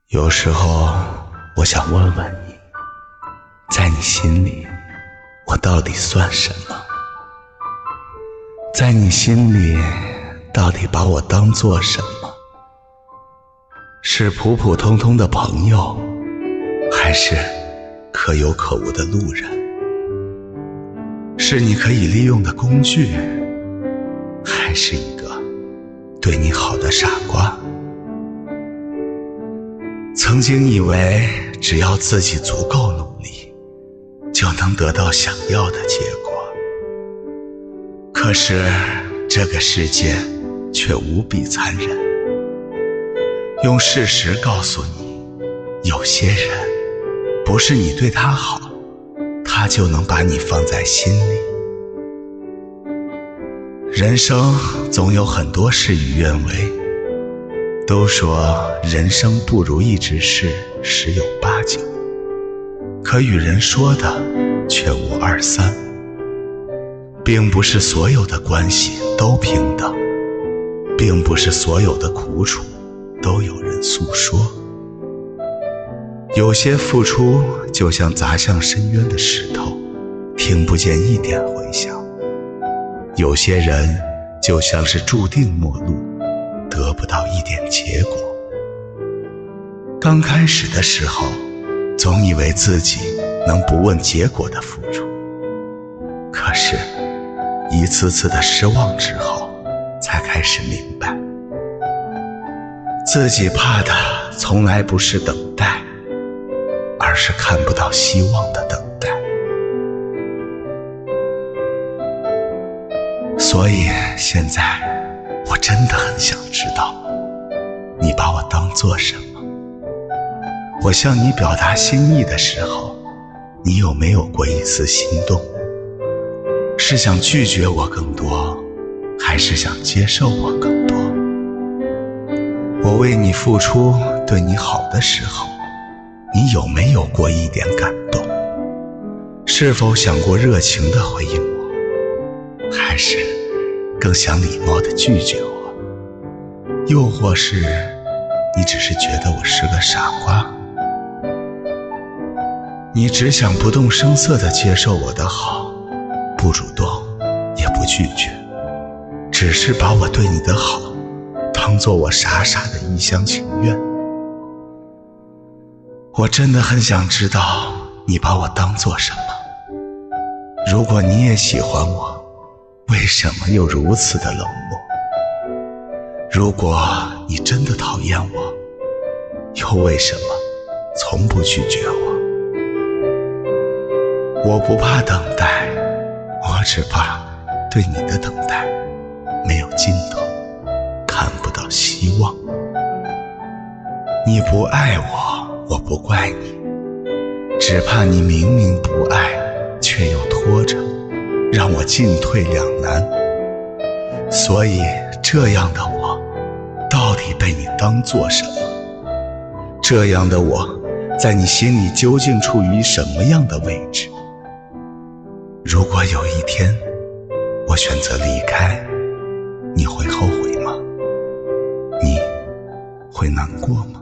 有时候我想问问你，在你心里我到底算什么？在你心里到底把我当作什么？是普普通通的朋友，还是可有可无的路人？是你可以利用的工具，还是一个对你好的傻瓜？曾经以为只要自己足够努力，就能得到想要的结果。可是这个世界却无比残忍，用事实告诉你，有些人不是你对他好，他就能把你放在心里。人生总有很多事与愿违，都说人生不如意之事十有八九，可与人说的却无二三。并不是所有的关系都平等，并不是所有的苦楚都有人诉说。有些付出就像砸向深渊的石头，听不见一点回响；有些人就像是注定陌路，得不到一点结果。刚开始的时候，总以为自己能不问结果的付出，可是一次次的失望之后，才开始明白，自己怕的从来不是等待，而是看不到希望的等待。所以现在我真的很想知道，你把我当作什么？我向你表达心意的时候，你有没有过一丝心动？是想拒绝我更多，还是想接受我更多？我为你付出，对你好的时候，你有没有过一点感动？是否想过热情地回应我，还是更想礼貌地拒绝我？又或是你只是觉得我是个傻瓜？你只想不动声色地接受我的好，不主动也不拒绝，只是把我对你的好当作我傻傻的一厢情愿。我真的很想知道你把我当作什么。如果你也喜欢我，为什么又如此的冷漠？如果你真的讨厌我，又为什么从不拒绝我？我不怕等待，我只怕对你的等待没有尽头，看不到希望。你不爱我，我不怪你，只怕你明明不爱，却又拖着，让我进退两难。所以这样的我到底被你当作什么？这样的我在你心里究竟处于什么样的位置？如果有一天我选择离开，你会后悔吗？你会难过吗？